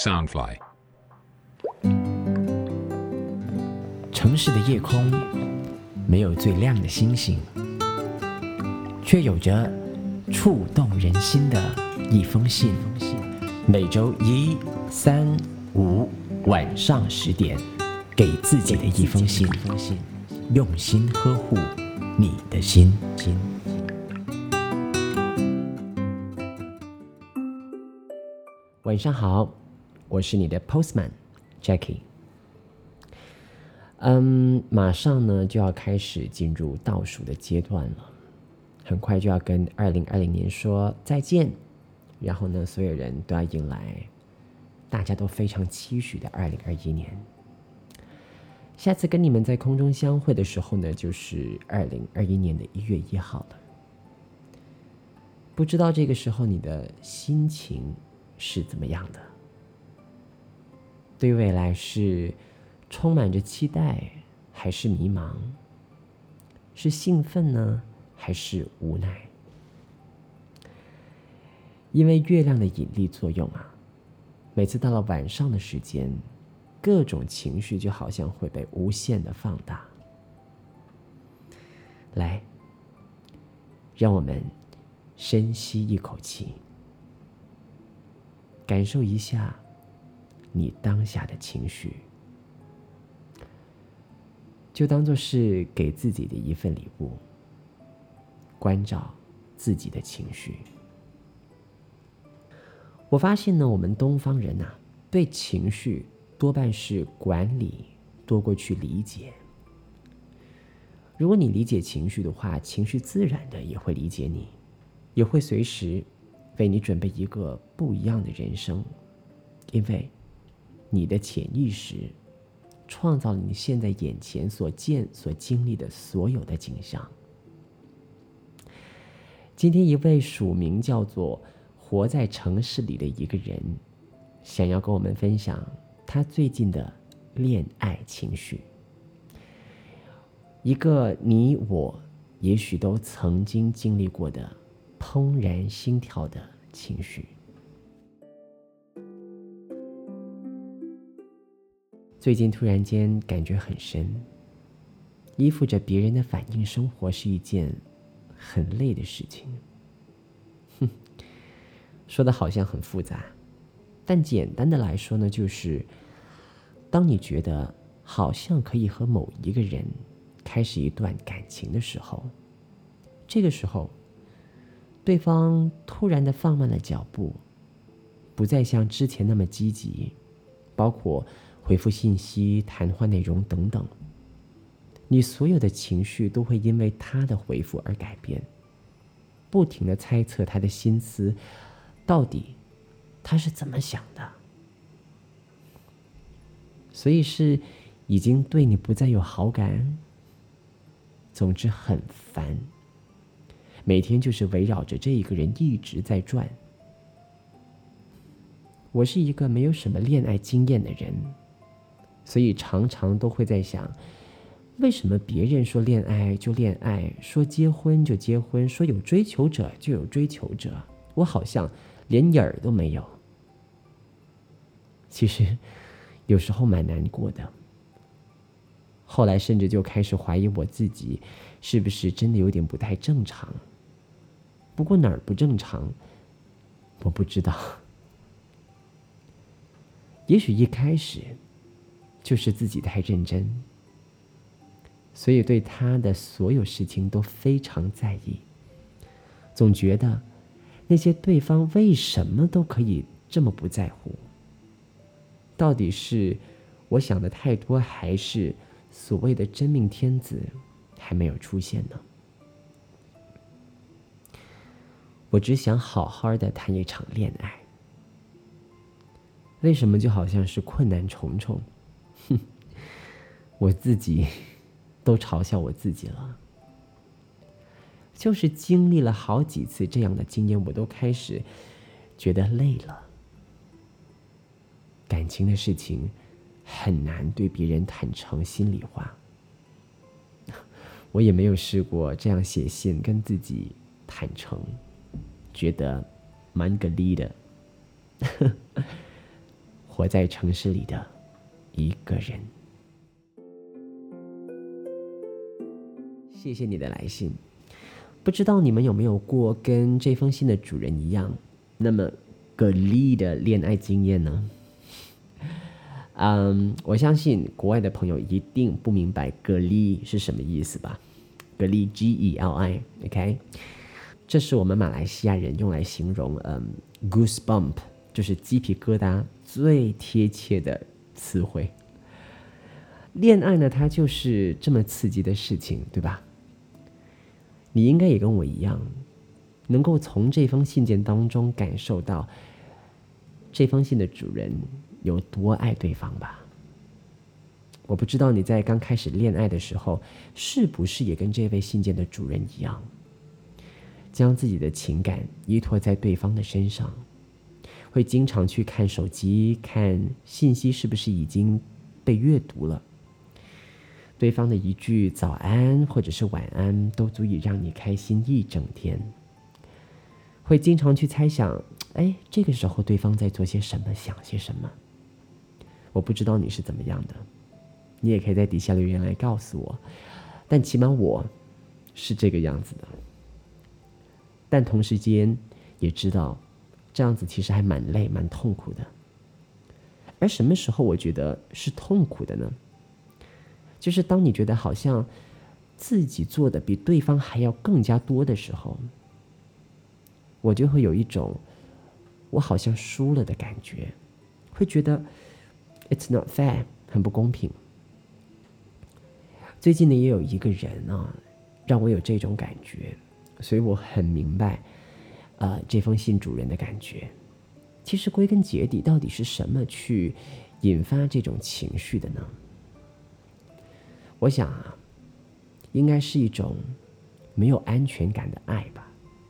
Soundfly。 城市的夜空没有最亮的星星，却有着触动人心的一封信。每周一、三、五晚上10点，给自己的一封信，用心呵护你的心。晚上好，我是你的 Postman Jackie。马上呢就要开始进入倒数的阶段了，很快就要跟2020年说再见，然后呢，所有人都要迎来大家都非常期许的2021年。下次跟你们在空中相会的时候呢，就是2021年的1月1号了。不知道这个时候你的心情是怎么样的？对未来是充满着期待，还是迷茫？是兴奋呢，还是无奈？因为月亮的引力作用啊，每次到了晚上的时间，各种情绪就好像会被无限的放大。来，让我们深吸一口气，感受一下你当下的情绪，就当作是给自己的一份礼物，关照自己的情绪。我发现呢，我们东方人啊，对情绪多半是管理多过去理解。如果你理解情绪的话，情绪自然的也会理解你，也会随时为你准备一个不一样的人生。因为你的潜意识创造了你现在眼前所见所经历的所有的景象。今天一位署名叫做活在城市里的一个人，想要跟我们分享他最近的恋爱情绪，一个你我也许都曾经经历过的怦然心跳的情绪。最近突然间感觉很深，依附着别人的反应生活是一件很累的事情。说的好像很复杂，但简单的来说呢，就是当你觉得好像可以和某一个人开始一段感情的时候，这个时候对方突然的放慢了脚步，不再像之前那么积极，包括回复信息、谈话内容等等，你所有的情绪都会因为他的回复而改变，不停地猜测他的心思，到底他是怎么想的？所以是已经对你不再有好感，总之很烦，每天就是围绕着这一个人一直在转。我是一个没有什么恋爱经验的人，所以常常都会在想，为什么别人说恋爱就恋爱，说结婚就结婚，说有追求者就有追求者，我好像连影儿都没有。其实有时候蛮难过的，后来甚至就开始怀疑我自己是不是真的有点不太正常。不过哪儿不正常我不知道，也许一开始就是自己太认真，所以对他的所有事情都非常在意，总觉得那些对方为什么都可以这么不在乎。到底是我想的太多，还是所谓的真命天子还没有出现呢？我只想好好的谈一场恋爱，为什么就好像是困难重重？我自己都嘲笑我自己了。就是经历了好几次这样的经验，我都开始觉得累了。感情的事情很难对别人坦诚心里话，我也没有试过这样写信跟自己坦诚，觉得蛮给力的。活活在城市里的一个人。谢谢你的来信，不知道你们有没有过跟这封信的主人一样那么给力的恋爱经验呢？我相信国外的朋友一定不明白给力是什么意思吧？给力 G-E-L-I OK， 这是我们马来西亚人用来形容goosebump， 就是鸡皮疙瘩最贴切的词汇。恋爱呢，它就是这么刺激的事情，对吧？你应该也跟我一样，能够从这封信件当中感受到这封信的主人有多爱对方吧。我不知道你在刚开始恋爱的时候，是不是也跟这位信件的主人一样，将自己的情感依托在对方的身上，会经常去看手机，看信息是不是已经被阅读了。对方的一句早安或者是晚安都足以让你开心一整天，会经常去猜想，这个时候对方在做些什么，想些什么。我不知道你是怎么样的，你也可以在底下留言来告诉我，但起码我是这个样子的。但同时间也知道这样子其实还蛮累蛮痛苦的。而什么时候我觉得是痛苦的呢？就是当你觉得好像自己做的比对方还要更加多的时候，我就会有一种我好像输了的感觉，会觉得 it's not fair， 很不公平。最近呢也有一个人啊，让我有这种感觉，所以我很明白这封信主人的感觉。其实归根结底，到底是什么去引发这种情绪的呢？我想应该是一种没有安全感的爱吧。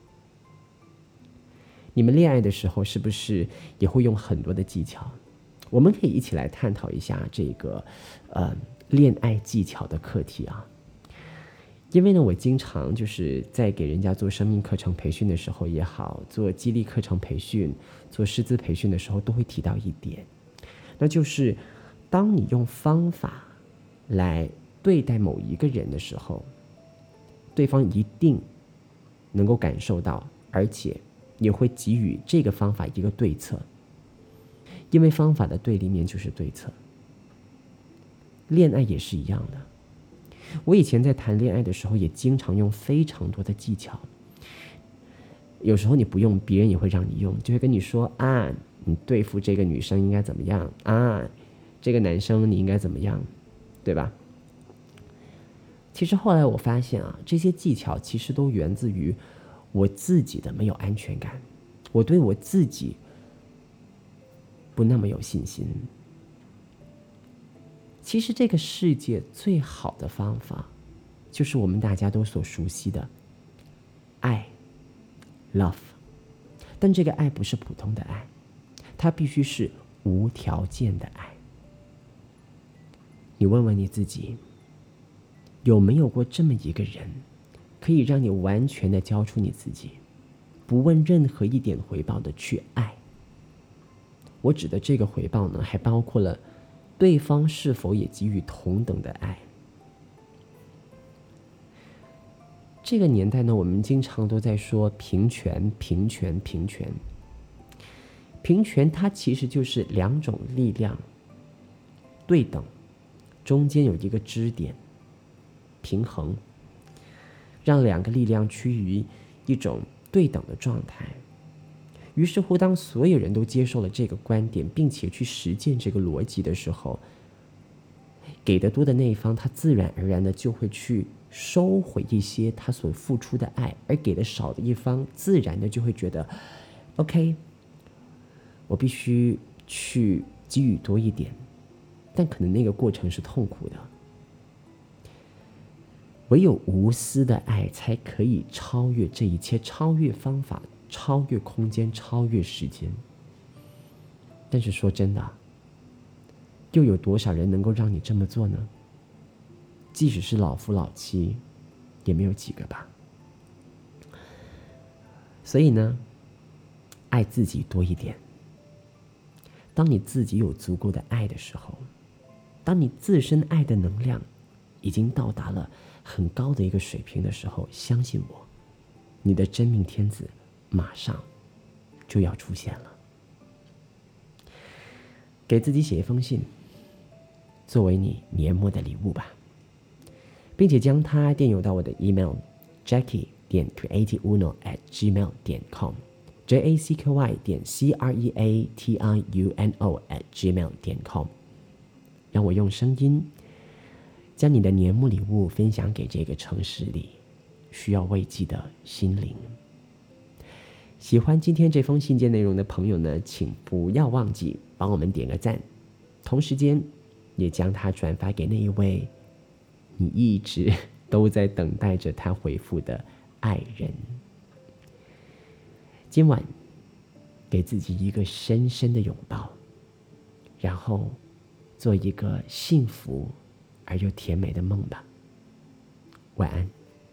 你们恋爱的时候是不是也会用很多的技巧？我们可以一起来探讨一下这个恋爱技巧的课题啊。因为呢，我经常就是在给人家做生命课程培训的时候也好，做激励课程培训，做师资培训的时候，都会提到一点，那就是当你用方法来对待某一个人的时候，对方一定能够感受到，而且也会给予这个方法一个对策，因为方法的对立面就是对策。恋爱也是一样的，我以前在谈恋爱的时候也经常用非常多的技巧，有时候你不用，别人也会让你用，就会跟你说啊，你对付这个女生应该怎么样啊，这个男生你应该怎么样，对吧？其实后来我发现啊，这些技巧其实都源自于我自己的没有安全感，我对我自己不那么有信心。其实这个世界最好的方法，就是我们大家都所熟悉的爱 ，love。但这个爱不是普通的爱，它必须是无条件的爱。你问问你自己，有没有过这么一个人，可以让你完全的交出你自己，不问任何一点回报的去爱？我指的这个回报呢，还包括了对方是否也给予同等的爱。这个年代呢，我们经常都在说平权，平权，平权。平权它其实就是两种力量对等，中间有一个支点，平衡，让两个力量趋于一种对等的状态。于是乎，当所有人都接受了这个观点，并且去实践这个逻辑的时候，给得多的那一方，他自然而然的就会去收回一些他所付出的爱，而给的少的一方，自然的就会觉得 OK， 我必须去给予多一点，但可能那个过程是痛苦的。唯有无私的爱才可以超越这一切，超越方法，超越空间，超越时间。但是说真的，又有多少人能够让你这么做呢？即使是老夫老妻，也没有几个吧。所以呢，爱自己多一点。 当你自己有足够的爱的时候，当你自身爱的能量已经到达了很高的一个水平的时候，相信我，你的真命天子马上就要出现了。给自己写一封信，作为你年末的礼物吧，并且将它电邮到我的 email jackie.creativuno@gmail.com jackie.creatiuno@gmail.com， 让我用声音将你的年末礼物分享给这个城市里需要慰藉的心灵。喜欢今天这封信件内容的朋友呢，请不要忘记帮我们点个赞，同时间也将它转发给那一位你一直都在等待着他回复的爱人。今晚给自己一个深深的拥抱，然后做一个幸福而又甜美的梦吧。晚安。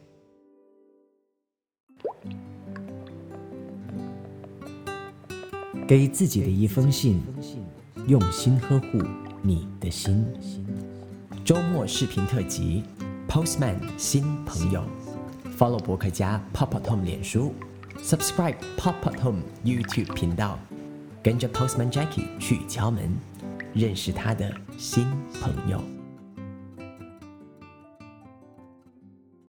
给自己的一封信，用心呵护你的心。周末视频特辑 Postman 新朋友， Follow 博客家 Pop Up Home 脸书， Subscribe Pop Up Home YouTube 频道，跟着 Postman Jackie 去敲门，认识他的新朋友。